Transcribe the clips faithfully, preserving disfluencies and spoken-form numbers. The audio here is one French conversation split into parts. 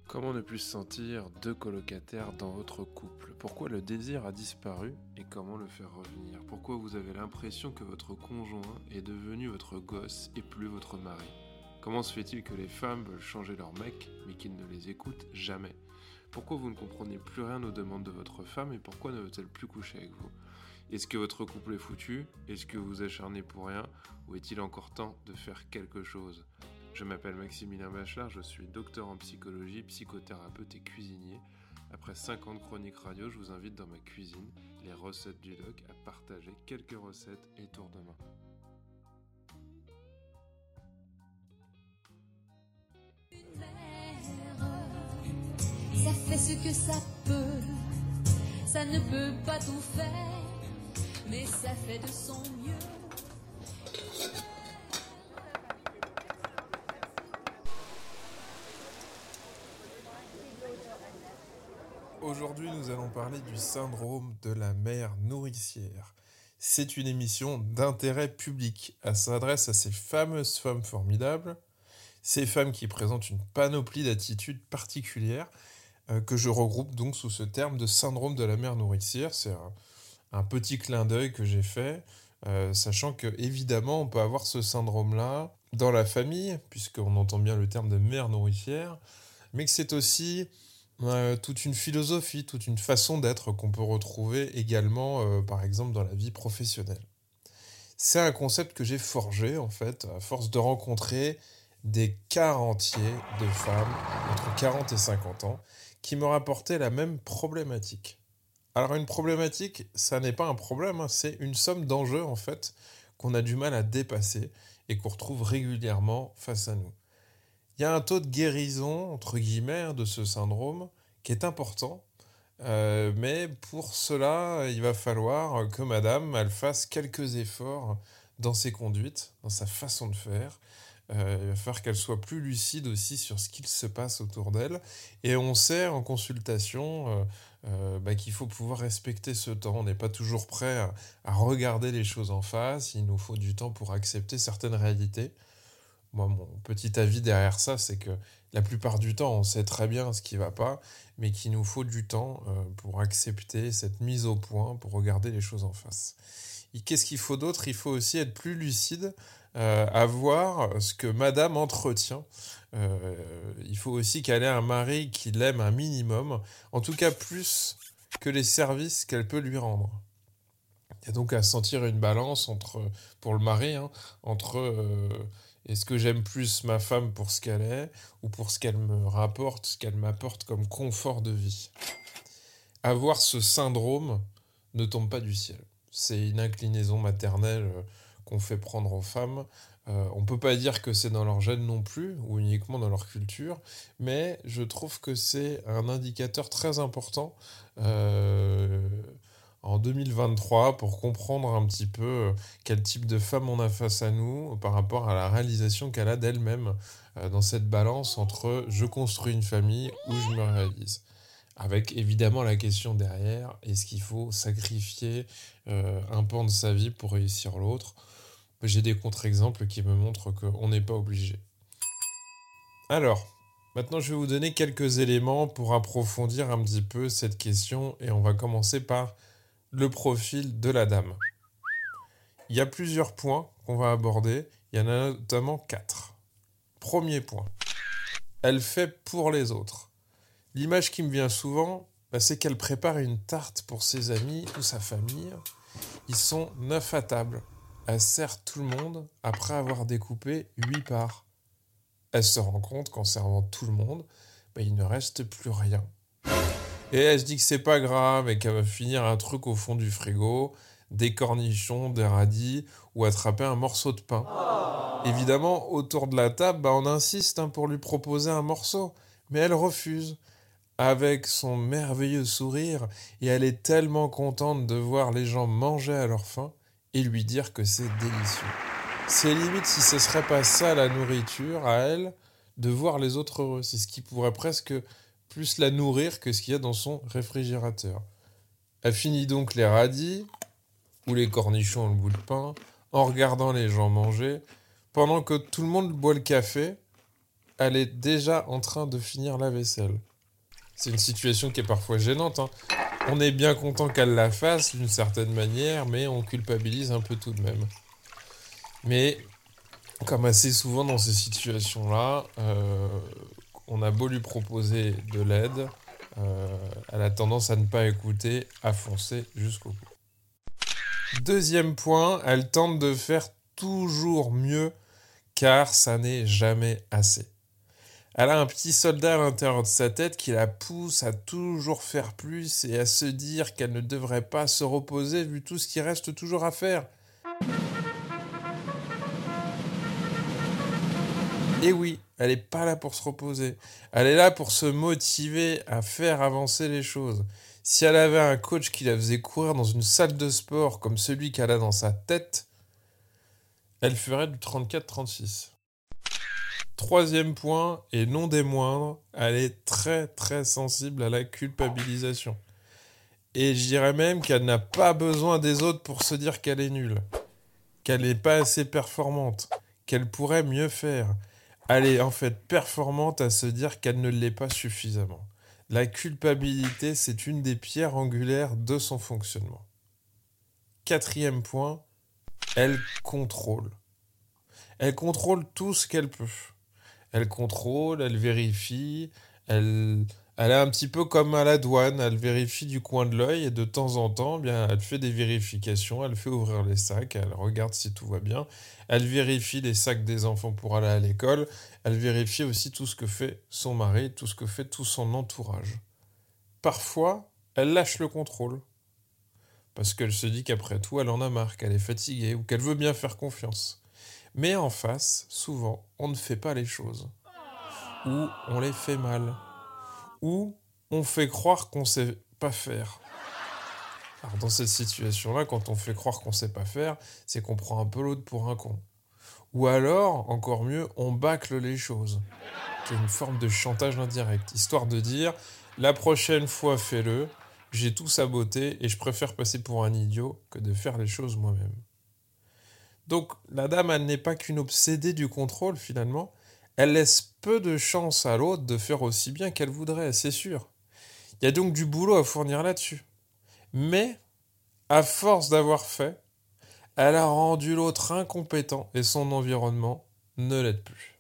Comment ne plus se sentir deux colocataires dans votre couple? Pourquoi le désir a disparu et comment le faire revenir? Pourquoi vous avez l'impression que votre conjoint est devenu votre gosse et plus votre mari? Comment se fait-il que les femmes veulent changer leur mec mais qu'ils ne les écoutent jamais? Pourquoi vous ne comprenez plus rien aux demandes de votre femme et pourquoi ne veut-elle plus coucher avec vous? Est-ce que votre couple est foutu? Est-ce que vous vous acharnez pour rien? Ou est-il encore temps de faire quelque chose? Je m'appelle Maximilien Bachelard, je suis docteur en psychologie, psychothérapeute et cuisinier. Après cinquante chroniques radio, je vous invite dans ma cuisine, les recettes du doc, à partager quelques recettes et tours de main. Ça fait ce que ça peut, ça ne peut pas tout faire, mais ça fait de son mieux. Aujourd'hui, nous allons parler du syndrome de la mère nourricière. C'est une émission d'intérêt public. Elle s'adresse à ces fameuses femmes formidables, ces femmes qui présentent une panoplie d'attitudes particulières euh, que je regroupe donc sous ce terme de syndrome de la mère nourricière. C'est un, un petit clin d'œil que j'ai fait, euh, sachant que évidemment on peut avoir ce syndrome-là dans la famille, puisqu'on entend bien le terme de mère nourricière, mais que c'est aussi Euh, toute une philosophie, toute une façon d'être qu'on peut retrouver également, euh, par exemple, dans la vie professionnelle. C'est un concept que j'ai forgé, en fait, à force de rencontrer des quarts entiers de femmes entre quarante et cinquante ans qui me rapportaient la même problématique. Alors, une problématique, ça n'est pas un problème, hein, c'est une somme d'enjeux, en fait, qu'on a du mal à dépasser et qu'on retrouve régulièrement face à nous. Il y a un taux de guérison, entre guillemets, de ce syndrome qui est important. Euh, mais pour cela, il va falloir que madame, elle fasse quelques efforts dans ses conduites, dans sa façon de faire. Euh, il va falloir qu'elle soit plus lucide aussi sur ce qu'il se passe autour d'elle. Et on sait en consultation euh, euh, bah, qu'il faut pouvoir respecter ce temps. On n'est pas toujours prêt à, à regarder les choses en face. Il nous faut du temps pour accepter certaines réalités. Moi, mon petit avis derrière ça, c'est que la plupart du temps, on sait très bien ce qui ne va pas, mais qu'il nous faut du temps euh, pour accepter cette mise au point, pour regarder les choses en face. Et qu'est-ce qu'il faut d'autre? Il faut aussi être plus lucide, euh, à voir ce que madame entretient. Euh, il faut aussi qu'elle ait un mari qui l'aime un minimum, en tout cas plus que les services qu'elle peut lui rendre. Il y a donc à sentir une balance entre, pour le mari, hein, entre euh, est-ce que j'aime plus ma femme pour ce qu'elle est ou pour ce qu'elle me rapporte, ce qu'elle m'apporte comme confort de vie. Avoir ce syndrome ne tombe pas du ciel. C'est une inclinaison maternelle euh, qu'on fait prendre aux femmes. Euh, on ne peut pas dire que c'est dans leur gène non plus, ou uniquement dans leur culture, mais je trouve que c'est un indicateur très important euh, en deux mille vingt-trois pour comprendre un petit peu quel type de femme on a face à nous par rapport à la réalisation qu'elle a d'elle-même euh, dans cette balance entre je construis une famille ou je me réalise. Avec évidemment la question derrière, est-ce qu'il faut sacrifier euh, un pan de sa vie pour réussir l'autre? J'ai des contre-exemples qui me montrent qu'on n'est pas obligé. Alors, maintenant je vais vous donner quelques éléments pour approfondir un petit peu cette question et on va commencer par le profil de la dame. Il y a plusieurs points qu'on va aborder, il y en a notamment quatre. Premier point, elle fait pour les autres. L'image qui me vient souvent, bah, c'est qu'elle prépare une tarte pour ses amis ou sa famille. Ils sont neuf à table. Elle sert tout le monde après avoir découpé huit parts. Elle se rend compte qu'en servant tout le monde, bah, il ne reste plus rien. Et elle se dit que c'est pas grave et qu'elle va finir un truc au fond du frigo, des cornichons, des radis ou attraper un morceau de pain. Oh. Évidemment, autour de la table, bah, on insiste hein, pour lui proposer un morceau, mais elle refuse. Avec son merveilleux sourire, et elle est tellement contente de voir les gens manger à leur faim et lui dire que c'est délicieux. C'est limite si ce serait pas ça la nourriture à elle, de voir les autres heureux. C'est ce qui pourrait presque plus la nourrir que ce qu'il y a dans son réfrigérateur. Elle finit donc les radis, ou les cornichons ou le bout de pain, en regardant les gens manger, pendant que tout le monde boit le café, elle est déjà en train de finir la vaisselle. C'est une situation qui est parfois gênante, hein. On est bien content qu'elle la fasse d'une certaine manière, mais on culpabilise un peu tout de même. Mais, comme assez souvent dans ces situations-là, euh, on a beau lui proposer de l'aide, euh, elle a tendance à ne pas écouter, à foncer jusqu'au bout. Deuxième point, elle tente de faire toujours mieux, car ça n'est jamais assez. Elle a un petit soldat à l'intérieur de sa tête qui la pousse à toujours faire plus et à se dire qu'elle ne devrait pas se reposer vu tout ce qui reste toujours à faire. Et oui, elle n'est pas là pour se reposer. Elle est là pour se motiver à faire avancer les choses. Si elle avait un coach qui la faisait courir dans une salle de sport comme celui qu'elle a dans sa tête, elle ferait du trente-quatre trente-six. Troisième point, et non des moindres, elle est très très sensible à la culpabilisation. Et je dirais même qu'elle n'a pas besoin des autres pour se dire qu'elle est nulle, qu'elle n'est pas assez performante, qu'elle pourrait mieux faire. Elle est en fait performante à se dire qu'elle ne l'est pas suffisamment. La culpabilité, c'est une des pierres angulaires de son fonctionnement. Quatrième point, elle contrôle. Elle contrôle tout ce qu'elle peut. Elle contrôle, elle vérifie, elle, elle est un petit peu comme à la douane, elle vérifie du coin de l'œil et de temps en temps, eh bien, elle fait des vérifications, elle fait ouvrir les sacs, elle regarde si tout va bien, elle vérifie les sacs des enfants pour aller à l'école, elle vérifie aussi tout ce que fait son mari, tout ce que fait tout son entourage. Parfois, elle lâche le contrôle, parce qu'elle se dit qu'après tout, elle en a marre, qu'elle est fatiguée ou qu'elle veut bien faire confiance. Mais en face, souvent, on ne fait pas les choses. Ou on les fait mal. Ou on fait croire qu'on ne sait pas faire. Alors dans cette situation-là, quand on fait croire qu'on ne sait pas faire, c'est qu'on prend un peu l'autre pour un con. Ou alors, encore mieux, on bâcle les choses. Qui est une forme de chantage indirect. Histoire de dire, la prochaine fois, fais-le, j'ai tout saboté et je préfère passer pour un idiot que de faire les choses moi-même. Donc, la dame, elle n'est pas qu'une obsédée du contrôle, finalement. Elle laisse peu de chance à l'autre de faire aussi bien qu'elle voudrait, c'est sûr. Il y a donc du boulot à fournir là-dessus. Mais, à force d'avoir fait, elle a rendu l'autre incompétent et son environnement ne l'aide plus.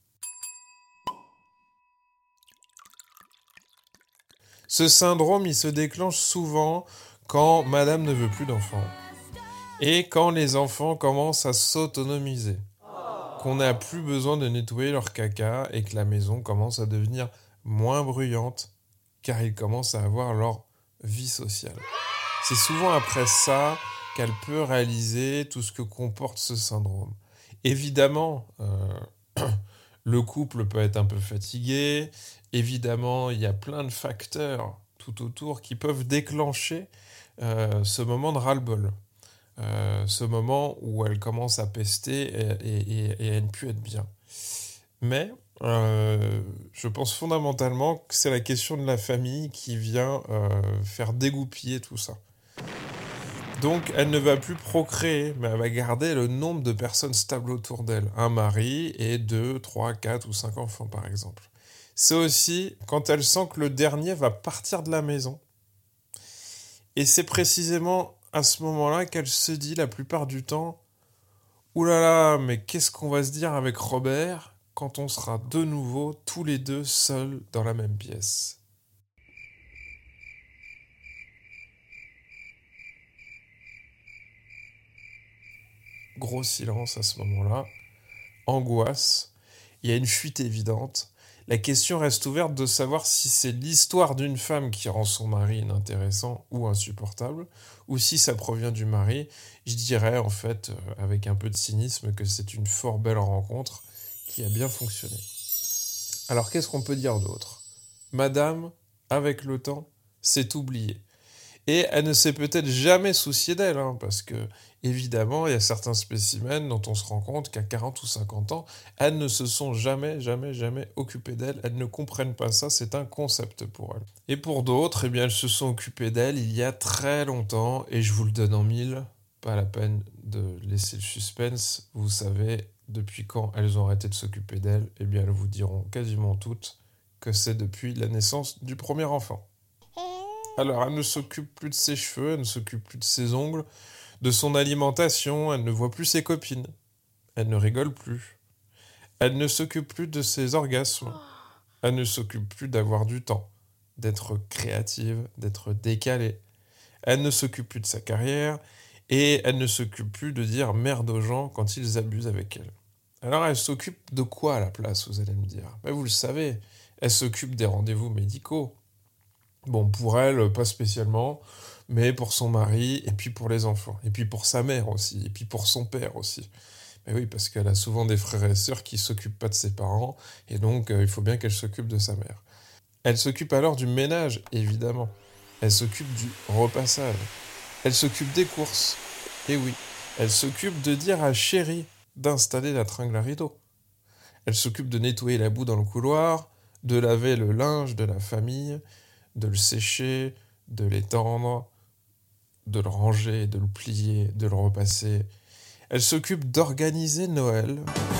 Ce syndrome, il se déclenche souvent quand madame ne veut plus d'enfants. Et quand les enfants commencent à s'autonomiser, qu'on n'a plus besoin de nettoyer leur caca et que la maison commence à devenir moins bruyante car ils commencent à avoir leur vie sociale. C'est souvent après ça qu'elle peut réaliser tout ce que comporte ce syndrome. Évidemment, euh, le couple peut être un peu fatigué, évidemment, il y a plein de facteurs tout autour qui peuvent déclencher euh, ce moment de ras-le-bol. Euh, ce moment où elle commence à pester et, et, et à ne plus être bien. Mais euh, je pense fondamentalement que c'est la question de la famille qui vient euh, faire dégoupiller tout ça. Donc elle ne va plus procréer, mais elle va garder le nombre de personnes stables autour d'elle. Un mari et deux, trois, quatre ou cinq enfants par exemple. C'est aussi quand elle sent que le dernier va partir de la maison. Et c'est précisément à ce moment-là qu'elle se dit la plupart du temps « Ouh là là, mais qu'est-ce qu'on va se dire avec Robert quand on sera de nouveau tous les deux seuls dans la même pièce ?» Gros silence à ce moment-là, angoisse, il y a une fuite évidente. La question reste ouverte de savoir si c'est l'histoire d'une femme qui rend son mari inintéressant ou insupportable, ou si ça provient du mari. Je dirais en fait, euh, avec un peu de cynisme, que c'est une fort belle rencontre qui a bien fonctionné. Alors qu'est-ce qu'on peut dire d'autre ? Madame, avec le temps, s'est oubliée. Et elle ne s'est peut-être jamais souciée d'elle, hein, parce que, évidemment, il y a certains spécimens dont on se rend compte qu'à quarante ou cinquante ans, elles ne se sont jamais, jamais, jamais occupées d'elle. Elles ne comprennent pas ça, c'est un concept pour elles. Et pour d'autres, eh bien, elles se sont occupées d'elle il y a très longtemps, et je vous le donne en mille, pas la peine de laisser le suspense, vous savez depuis quand elles ont arrêté de s'occuper d'elles, eh bien elles vous diront quasiment toutes que c'est depuis la naissance du premier enfant. Alors, elle ne s'occupe plus de ses cheveux, elle ne s'occupe plus de ses ongles, de son alimentation, elle ne voit plus ses copines, elle ne rigole plus, elle ne s'occupe plus de ses orgasmes, elle ne s'occupe plus d'avoir du temps, d'être créative, d'être décalée, elle ne s'occupe plus de sa carrière et elle ne s'occupe plus de dire merde aux gens quand ils abusent avec elle. Alors, elle s'occupe de quoi à la place, vous allez me dire ? Ben, vous le savez, elle s'occupe des rendez-vous médicaux. Bon, pour elle, pas spécialement, mais pour son mari, et puis pour les enfants, et puis pour sa mère aussi, et puis pour son père aussi. Mais oui, parce qu'elle a souvent des frères et sœurs qui ne s'occupent pas de ses parents, et donc euh, il faut bien qu'elle s'occupe de sa mère. Elle s'occupe alors du ménage, évidemment. Elle s'occupe du repassage. Elle s'occupe des courses. Et oui, elle s'occupe de dire à chérie d'installer la tringle à rideau. Elle s'occupe de nettoyer la boue dans le couloir, de laver le linge de la famille, de le sécher, de l'étendre, de le ranger, de le plier, de le repasser. Elle s'occupe d'organiser Noël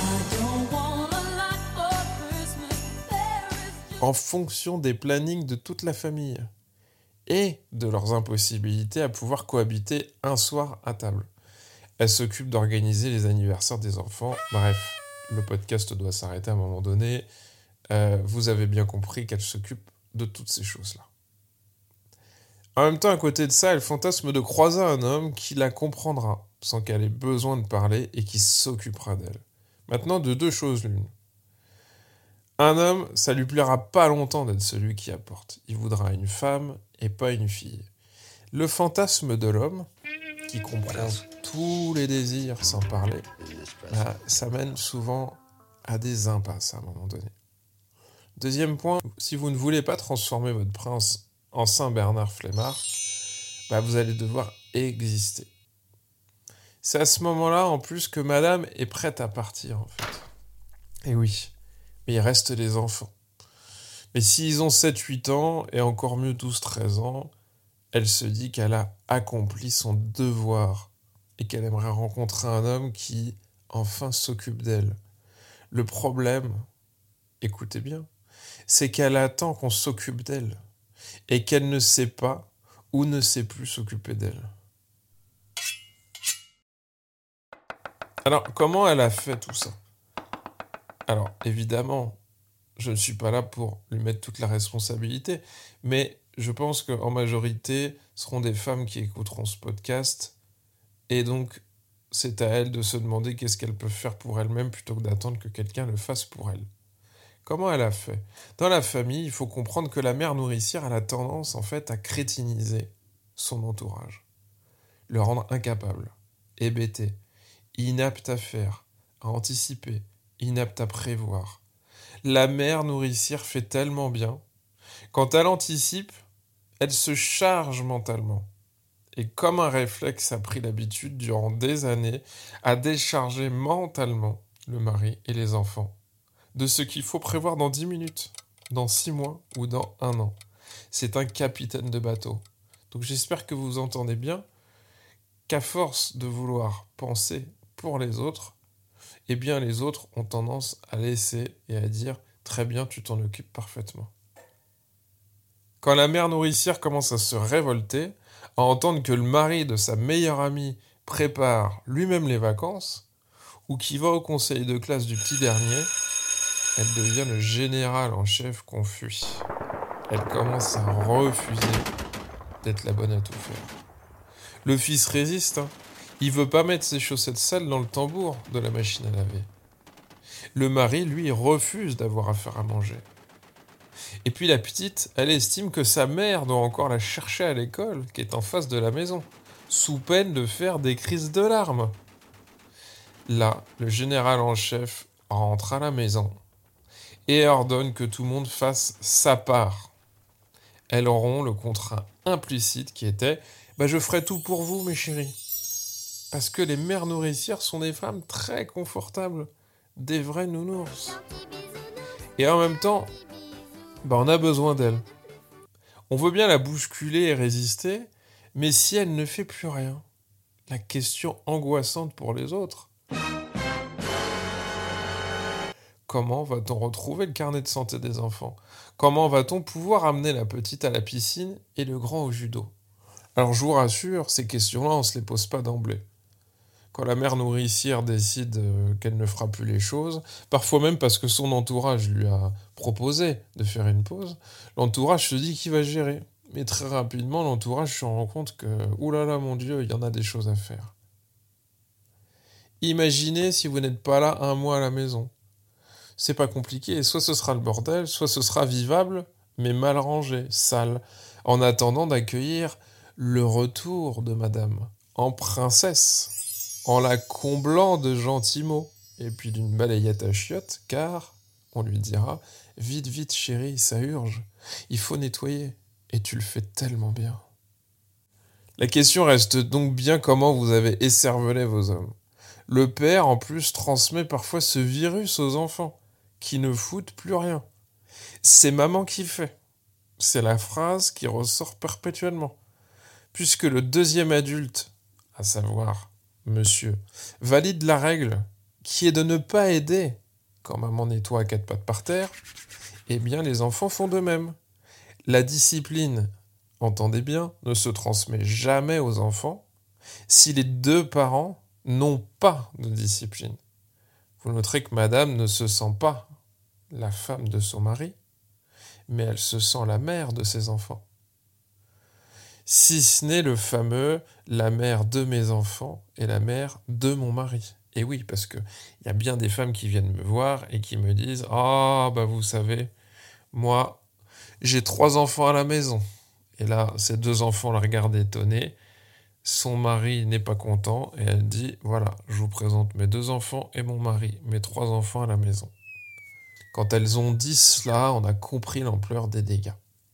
en fonction des plannings de toute la famille et de leurs impossibilités à pouvoir cohabiter un soir à table. Elle s'occupe d'organiser les anniversaires des enfants. Bref, le podcast doit s'arrêter à un moment donné. Euh, vous avez bien compris qu'elle s'occupe de toutes ces choses-là. En même temps, à côté de ça, elle fantasme de croiser un homme qui la comprendra, sans qu'elle ait besoin de parler, et qui s'occupera d'elle. Maintenant, de deux choses l'une. Un homme, ça lui plaira pas longtemps d'être celui qui apporte. Il voudra une femme et pas une fille. Le fantasme de l'homme, qui comprend tous les désirs sans parler, bah, ça mène souvent à des impasses à un moment donné. Deuxième point, si vous ne voulez pas transformer votre prince en Saint Bernard Flemmard, bah vous allez devoir exister. C'est à ce moment-là, en plus, que madame est prête à partir, en fait. Et oui, mais il reste les enfants. Mais s'ils ont sept huit ans, et encore mieux douze treize ans, elle se dit qu'elle a accompli son devoir et qu'elle aimerait rencontrer un homme qui, enfin, s'occupe d'elle. Le problème, écoutez bien, c'est qu'elle attend qu'on s'occupe d'elle et qu'elle ne sait pas ou ne sait plus s'occuper d'elle. Alors, comment elle a fait tout ça ? Alors, évidemment, je ne suis pas là pour lui mettre toute la responsabilité, mais je pense qu'en majorité, ce seront des femmes qui écouteront ce podcast, et donc c'est à elles de se demander qu'est-ce qu'elles peuvent faire pour elles-mêmes plutôt que d'attendre que quelqu'un le fasse pour elles. Comment elle a fait ? Dans la famille, il faut comprendre que la mère nourricière a la tendance en fait à crétiniser son entourage, le rendre incapable, hébété, inapte à faire, à anticiper, inapte à prévoir. La mère nourricière fait tellement bien, quand elle anticipe, elle se charge mentalement. Et comme un réflexe a pris l'habitude durant des années à décharger mentalement le mari et les enfants de ce qu'il faut prévoir dans dix minutes, dans six mois ou dans un an. C'est un capitaine de bateau. Donc j'espère que vous entendez bien qu'à force de vouloir penser pour les autres, eh bien les autres ont tendance à laisser et à dire « très bien, tu t'en occupes parfaitement ». Quand la mère nourricière commence à se révolter, à entendre que le mari de sa meilleure amie prépare lui-même les vacances, ou qui va au conseil de classe du petit dernier, elle devient le général en chef confus. Elle commence à refuser d'être la bonne à tout faire. Le fils résiste, hein. Il veut pas mettre ses chaussettes sales dans le tambour de la machine à laver. Le mari, lui, refuse d'avoir à faire à manger. Et puis la petite, elle estime que sa mère doit encore la chercher à l'école, qui est en face de la maison, sous peine de faire des crises de larmes. Là, le général en chef rentre à la maison et ordonne que tout le monde fasse sa part. Elles auront le contrat implicite qui était bah, « je ferai tout pour vous, mes chéris ». Parce que les mères nourricières sont des femmes très confortables, des vrais nounours. Et en même temps, bah, on a besoin d'elle. On veut bien la bousculer et résister, mais si elle ne fait plus rien, la question angoissante pour les autres, Comment va-t-on retrouver le carnet de santé des enfants? Comment va-t-on pouvoir amener la petite à la piscine et le grand au judo? Alors je vous rassure, ces questions-là, on ne se les pose pas d'emblée. Quand la mère nourricière décide euh, qu'elle ne fera plus les choses, parfois même parce que son entourage lui a proposé de faire une pause, l'entourage se dit qu'il va gérer. Mais très rapidement, l'entourage se rend compte que, oulala, là là, mon Dieu, il y en a des choses à faire. Imaginez si vous n'êtes pas là un mois à la maison. C'est pas compliqué, soit ce sera le bordel, soit ce sera vivable, mais mal rangé, sale, en attendant d'accueillir le retour de madame, en princesse, en la comblant de gentils mots, et puis d'une balayette à chiottes, car, on lui dira, vite, vite chérie, ça urge, il faut nettoyer, et tu le fais tellement bien. La question reste donc bien comment vous avez écervelé vos hommes. Le père, en plus, transmet parfois ce virus aux enfants, qui ne foutent plus rien. C'est maman qui fait. C'est la phrase qui ressort perpétuellement. Puisque le deuxième adulte, à savoir monsieur, valide la règle qui est de ne pas aider quand maman nettoie à quatre pattes par terre, eh bien les enfants font de même. La discipline, entendez bien, ne se transmet jamais aux enfants si les deux parents n'ont pas de discipline. Vous noterez que madame ne se sent pas la femme de son mari, mais elle se sent la mère de ses enfants. Si ce n'est le fameux « la mère de mes enfants et la mère de mon mari ». Et oui, parce qu'il y a bien des femmes qui viennent me voir et qui me disent « Ah, oh, bah vous savez, moi, j'ai trois enfants à la maison. » Et là, ces deux enfants la regardent étonnés. Son mari n'est pas content et elle dit « Voilà, je vous présente mes deux enfants et mon mari, mes trois enfants à la maison. » Quand elles ont dit cela, on a compris l'ampleur des dégâts.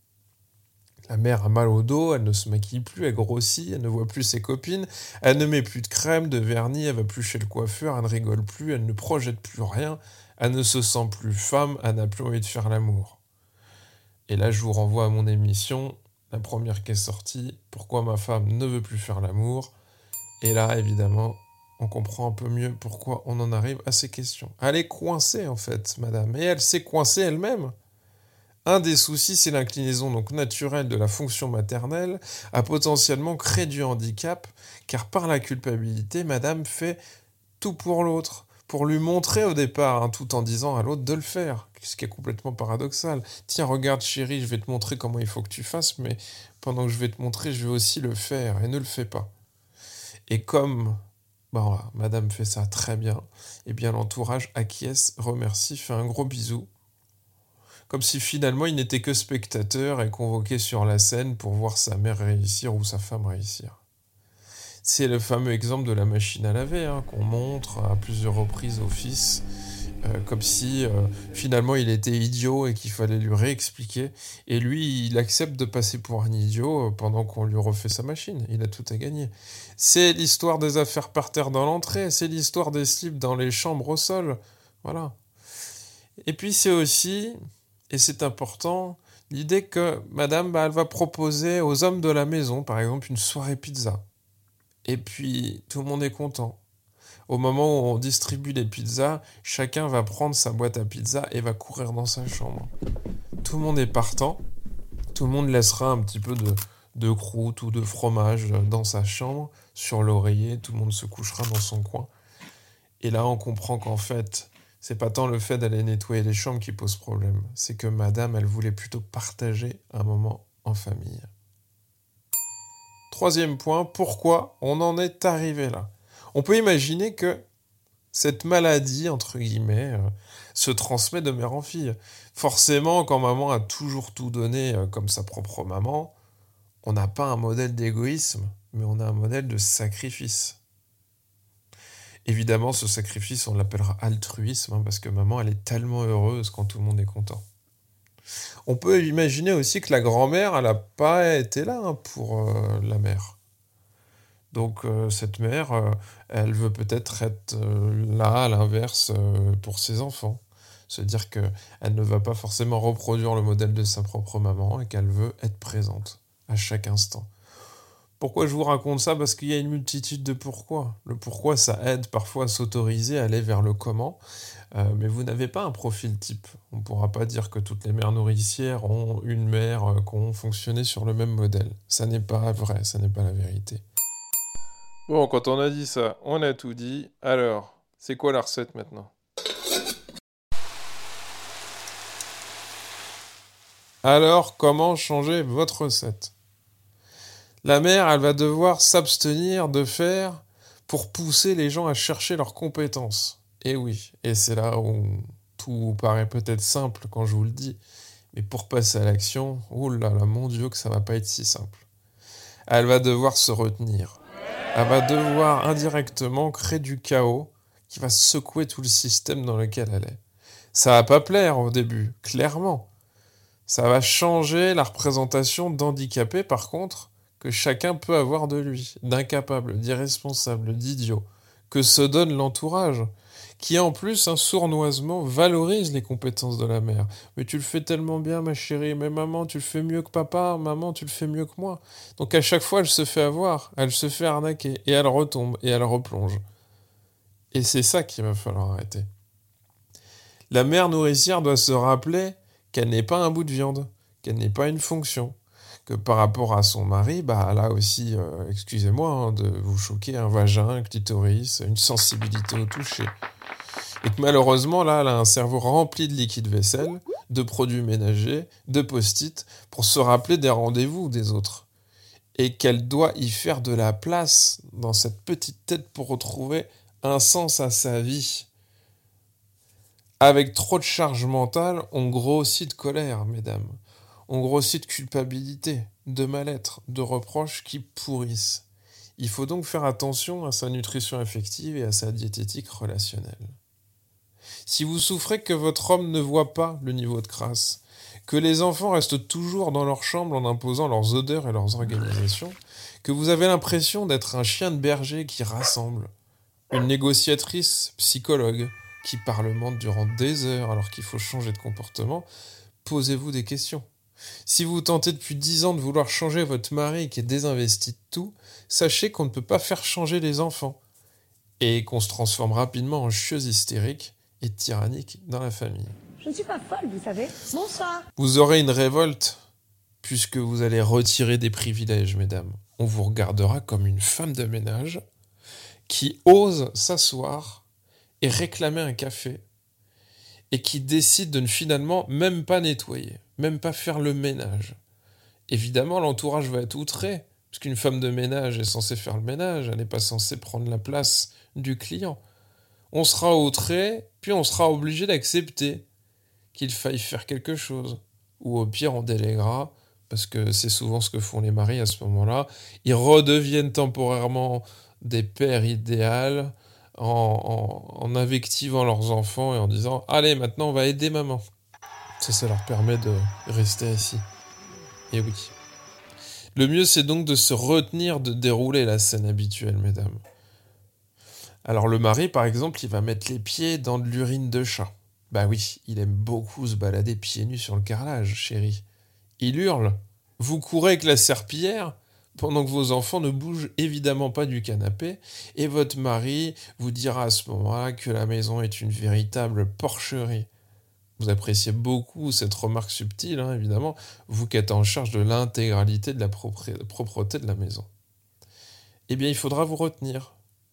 La mère a mal au dos, elle ne se maquille plus, elle grossit, elle ne voit plus ses copines, elle ne met plus de crème, de vernis, elle va plus chez le coiffeur, elle ne rigole plus, elle ne projette plus rien, elle ne se sent plus femme, elle n'a plus envie de faire l'amour. Et là, je vous renvoie à mon émission, la première qui est sortie, « Pourquoi ma femme ne veut plus faire l'amour ?» Et là, évidemment, on comprend un peu mieux pourquoi on en arrive à ces questions. Elle est coincée, en fait, madame, et elle s'est coincée elle-même. Un des soucis, c'est l'inclinaison donc naturelle de la fonction maternelle à potentiellement créer du handicap, car par la culpabilité, madame fait tout pour l'autre, pour lui montrer au départ, hein, tout en disant à l'autre de le faire, ce qui est complètement paradoxal. Tiens, regarde chérie, je vais te montrer comment il faut que tu fasses, mais pendant que je vais te montrer, je vais aussi le faire, et ne le fais pas. Et comme ben voilà, madame fait ça très bien, et bien l'entourage acquiesce, remercie, fait un gros bisou, comme si finalement il n'était que spectateur et convoqué sur la scène pour voir sa mère réussir ou sa femme réussir. C'est le fameux exemple de la machine à laver hein, qu'on montre à plusieurs reprises au fils, euh, comme si euh, finalement il était idiot et qu'il fallait lui réexpliquer. Et lui, il accepte de passer pour un idiot pendant qu'on lui refait sa machine. Il a tout à gagner. C'est l'histoire des affaires par terre dans l'entrée, c'est l'histoire des slips dans les chambres au sol. Voilà. Et puis c'est aussi... Et c'est important, l'idée que madame, bah, elle va proposer aux hommes de la maison, par exemple, une soirée pizza. Et puis, tout le monde est content. Au moment où on distribue les pizzas, chacun va prendre sa boîte à pizza et va courir dans sa chambre. Tout le monde est partant. Tout le monde laissera un petit peu de, de croûte ou de fromage dans sa chambre, sur l'oreiller. Tout le monde se couchera dans son coin. Et là, on comprend qu'en fait... c'est pas tant le fait d'aller nettoyer les chambres qui pose problème, c'est que madame, elle voulait plutôt partager un moment en famille. Troisième point, pourquoi on en est arrivé là? On peut imaginer que cette maladie, entre guillemets, euh, se transmet de mère en fille. Forcément, quand maman a toujours tout donné euh, comme sa propre maman, on n'a pas un modèle d'égoïsme, mais on a un modèle de sacrifice. Évidemment, ce sacrifice, on l'appellera altruisme, hein, parce que maman, elle est tellement heureuse quand tout le monde est content. On peut imaginer aussi que la grand-mère, elle n'a pas été là hein, pour euh, la mère. Donc, euh, cette mère, euh, elle veut peut-être être euh, là, à l'inverse, euh, pour ses enfants. Se dire qu'elle ne va pas forcément reproduire le modèle de sa propre maman et qu'elle veut être présente à chaque instant. Pourquoi je vous raconte ça? Parce qu'il y a une multitude de pourquoi. Le pourquoi, ça aide parfois à s'autoriser à aller vers le comment. Euh, mais vous n'avez pas un profil type. On ne pourra pas dire que toutes les mères nourricières ont une mère euh, qui ont fonctionné sur le même modèle. Ça n'est pas vrai, ça n'est pas la vérité. Bon, quand on a dit ça, on a tout dit. Alors, c'est quoi la recette maintenant? Alors, comment changer votre recette? La mère, elle va devoir s'abstenir de faire pour pousser les gens à chercher leurs compétences. Et oui, et c'est là où tout vous paraît peut-être simple quand je vous le dis, mais pour passer à l'action, oh là là, mon Dieu, que ça va pas être si simple. Elle va devoir se retenir. Elle va devoir indirectement créer du chaos qui va secouer tout le système dans lequel elle est. Ça va pas plaire au début, clairement. Ça va changer la représentation d'handicapé, par contre, que chacun peut avoir de lui, d'incapable, d'irresponsable, d'idiot, que se donne l'entourage, qui en plus, hein, sournoisement, valorise les compétences de la mère. Mais tu le fais tellement bien, ma chérie, mais maman, tu le fais mieux que papa, maman, tu le fais mieux que moi. Donc à chaque fois, elle se fait avoir, elle se fait arnaquer, et elle retombe, et elle replonge. Et c'est ça qu'il va falloir arrêter. La mère nourricière doit se rappeler qu'elle n'est pas un bout de viande, qu'elle n'est pas une fonction, que par rapport à son mari, bah, elle a aussi, euh, excusez-moi hein, de vous choquer, un vagin, un clitoris, une sensibilité au toucher. Et que malheureusement, là, elle a un cerveau rempli de liquide vaisselle, de produits ménagers, de post-it, pour se rappeler des rendez-vous des autres. Et qu'elle doit y faire de la place dans cette petite tête pour retrouver un sens à sa vie. Avec trop de charge mentale, on grossit de colère, mesdames. On grossit de culpabilité, de mal-être, de reproches qui pourrissent. Il faut donc faire attention à sa nutrition affective et à sa diététique relationnelle. Si vous souffrez que votre homme ne voit pas le niveau de crasse, que les enfants restent toujours dans leur chambre en imposant leurs odeurs et leurs organisations, que vous avez l'impression d'être un chien de berger qui rassemble, une négociatrice psychologue qui parlemente durant des heures alors qu'il faut changer de comportement, posez-vous des questions. Si vous tentez depuis dix ans de vouloir changer votre mari qui est désinvesti de tout, sachez qu'on ne peut pas faire changer les enfants et qu'on se transforme rapidement en chieuse hystérique et tyrannique dans la famille. Je ne suis pas folle, vous savez. Bonsoir. Vous aurez une révolte puisque vous allez retirer des privilèges, mesdames. On vous regardera comme une femme de ménage qui ose s'asseoir et réclamer un café et qui décide de ne finalement même pas nettoyer, même pas faire le ménage. Évidemment, l'entourage va être outré, parce qu'une femme de ménage est censée faire le ménage, elle n'est pas censée prendre la place du client. On sera outré, puis on sera obligé d'accepter qu'il faille faire quelque chose. Ou au pire, on déléguera, parce que c'est souvent ce que font les maris à ce moment-là. Ils redeviennent temporairement des pères idéaux, En, en, en invectivant leurs enfants et en disant « Allez, maintenant, on va aider maman ». Ça, ça leur permet de rester assis. Et oui. Le mieux, c'est donc de se retenir de dérouler la scène habituelle, mesdames. Alors, le mari, par exemple, il va mettre les pieds dans de l'urine de chat. Bah oui, il aime beaucoup se balader pieds nus sur le carrelage, chérie. Il hurle. Vous courez avec la serpillière pendant que vos enfants ne bougent évidemment pas du canapé, et votre mari vous dira à ce moment-là que la maison est une véritable porcherie. Vous appréciez beaucoup cette remarque subtile, hein, évidemment, vous qui êtes en charge de l'intégralité de la propre- propreté de la maison. Eh bien, il faudra vous retenir.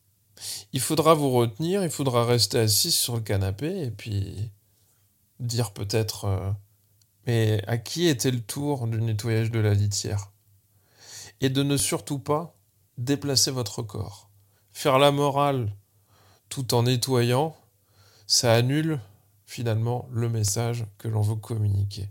Il faudra vous retenir, il faudra rester assis sur le canapé, et puis dire peut-être euh, « Mais à qui était le tour du nettoyage de la litière ?» Et de ne surtout pas déplacer votre corps. Faire la morale tout en nettoyant, ça annule finalement le message que l'on veut communiquer.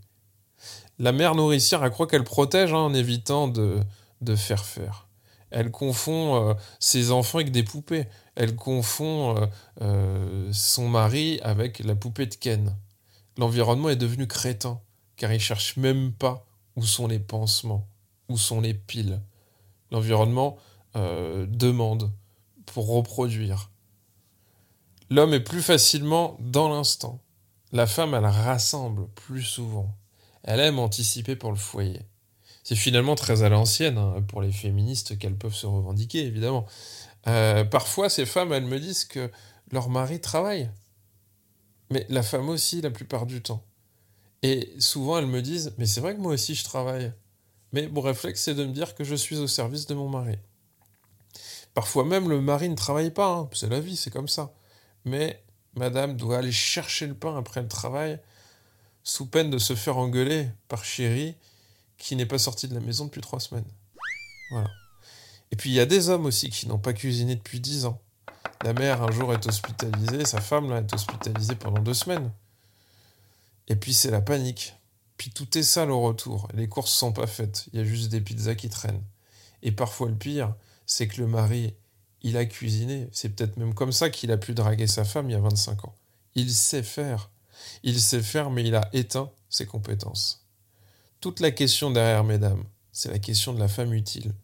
La mère nourricière, elle croit qu'elle protège hein, en évitant de, de faire faire. Elle confond euh, ses enfants avec des poupées. Elle confond euh, euh, son mari avec la poupée de Ken. L'environnement est devenu crétin, car il ne cherche même pas où sont les pansements. Où sont les piles? L'environnement euh, demande pour reproduire. L'homme est plus facilement dans l'instant. La femme, elle rassemble plus souvent. Elle aime anticiper pour le foyer. C'est finalement très à l'ancienne hein, pour les féministes qu'elles peuvent se revendiquer, évidemment. Euh, parfois, ces femmes, elles me disent que leur mari travaille. Mais la femme aussi, la plupart du temps. Et souvent, elles me disent « Mais c'est vrai que moi aussi, je travaille. » Mais mon réflexe, c'est de me dire que je suis au service de mon mari. Parfois même, le mari ne travaille pas. Hein. C'est la vie, c'est comme ça. Mais madame doit aller chercher le pain après le travail, sous peine de se faire engueuler par chéri, qui n'est pas sorti de la maison depuis trois semaines. Voilà. Et puis, il y a des hommes aussi qui n'ont pas cuisiné depuis dix ans. La mère, un jour, est hospitalisée. Sa femme, là, est hospitalisée pendant deux semaines. Et puis, c'est la panique. Puis, tout est sale au retour. Les courses sont pas faites. Il y a juste des pizzas qui traînent. Et parfois, le pire, c'est que le mari, il a cuisiné. C'est peut-être même comme ça qu'il a pu draguer sa femme il y a vingt-cinq ans. Il sait faire. Il sait faire, mais il a éteint ses compétences. Toute la question derrière, mesdames, c'est la question de la femme utile.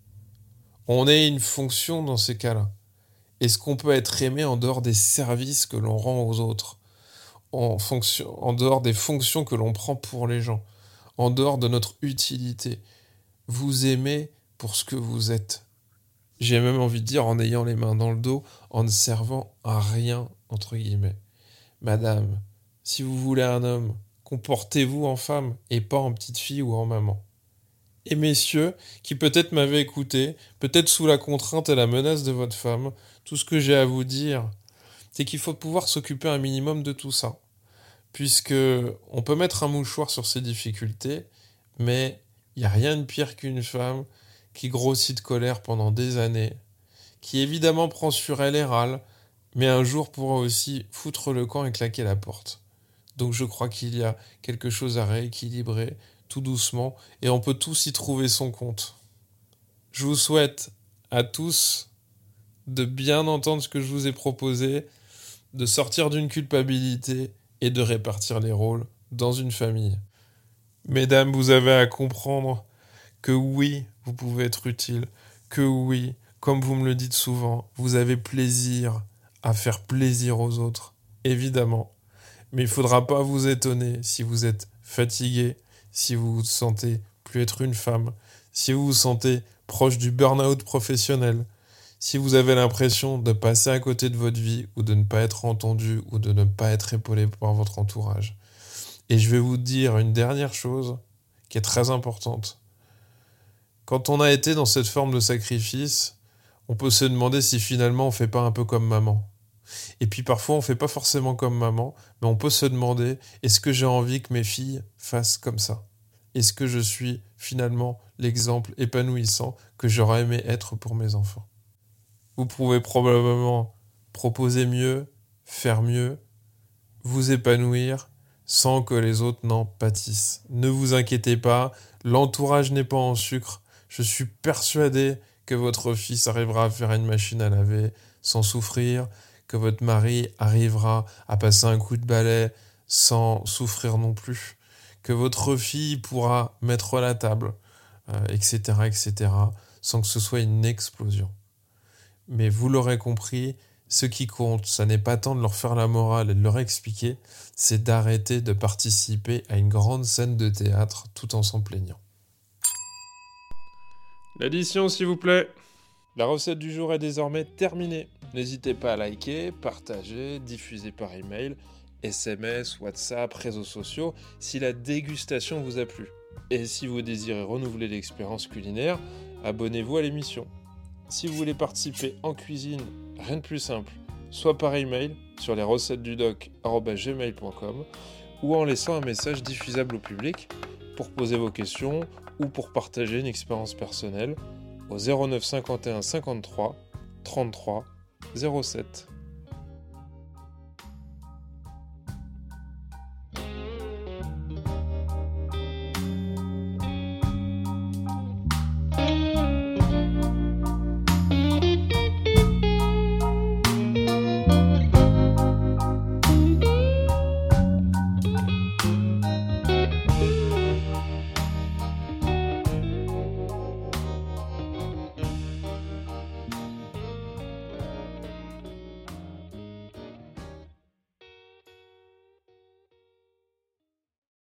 On est une fonction dans ces cas-là. Est-ce qu'on peut être aimé en dehors des services que l'on rend aux autres, en, fonction, en dehors des fonctions que l'on prend pour les gens, en dehors de notre utilité? Vous aimez pour ce que vous êtes. J'ai même envie de dire en ayant les mains dans le dos, en ne servant à rien, entre guillemets. Madame, si vous voulez un homme, comportez-vous en femme et pas en petite fille ou en maman. Et messieurs, qui peut-être m'avaient écouté, peut-être sous la contrainte et la menace de votre femme, tout ce que j'ai à vous dire, c'est qu'il faut pouvoir s'occuper un minimum de tout ça. Puisque on peut mettre un mouchoir sur ses difficultés, mais il n'y a rien de pire qu'une femme qui grossit de colère pendant des années, qui évidemment prend sur elle et râle, mais un jour pourra aussi foutre le camp et claquer la porte. Donc je crois qu'il y a quelque chose à rééquilibrer, tout doucement, et on peut tous y trouver son compte. Je vous souhaite à tous de bien entendre ce que je vous ai proposé, de sortir d'une culpabilité et de répartir les rôles dans une famille. Mesdames, vous avez à comprendre que oui, vous pouvez être utile, que oui, comme vous me le dites souvent, vous avez plaisir à faire plaisir aux autres, évidemment. Mais il ne faudra pas vous étonner si vous êtes fatigué, si vous vous sentez plus être une femme, si vous vous sentez proche du burn-out professionnel, si vous avez l'impression de passer à côté de votre vie ou de ne pas être entendu ou de ne pas être épaulé par votre entourage. Et je vais vous dire une dernière chose qui est très importante. Quand on a été dans cette forme de sacrifice, on peut se demander si finalement on ne fait pas un peu comme maman. Et puis parfois on ne fait pas forcément comme maman, mais on peut se demander, est-ce que j'ai envie que mes filles fassent comme ça ? Est-ce que je suis finalement l'exemple épanouissant que j'aurais aimé être pour mes enfants ? Vous pouvez probablement proposer mieux, faire mieux, vous épanouir sans que les autres n'en pâtissent. Ne vous inquiétez pas, l'entourage n'est pas en sucre. Je suis persuadé que votre fils arrivera à faire une machine à laver sans souffrir, que votre mari arrivera à passer un coup de balai sans souffrir non plus, que votre fille pourra mettre la table, euh, et cetera, et cetera, sans que ce soit une explosion. Mais vous l'aurez compris, ce qui compte, ça n'est pas tant de leur faire la morale et de leur expliquer, c'est d'arrêter de participer à une grande scène de théâtre tout en s'en plaignant. L'addition, s'il vous plaît. La recette du jour est désormais terminée. N'hésitez pas à liker, partager, diffuser par email, S M S, WhatsApp, réseaux sociaux, si la dégustation vous a plu. Et si vous désirez renouveler l'expérience culinaire, abonnez-vous à l'émission. Si vous voulez participer en cuisine, rien de plus simple, soit par email sur les recettes du doc arobase gmail point com ou en laissant un message diffusable au public pour poser vos questions ou pour partager une expérience personnelle au zéro neuf cinquante et un cinquante-trois trente-trois zéro sept.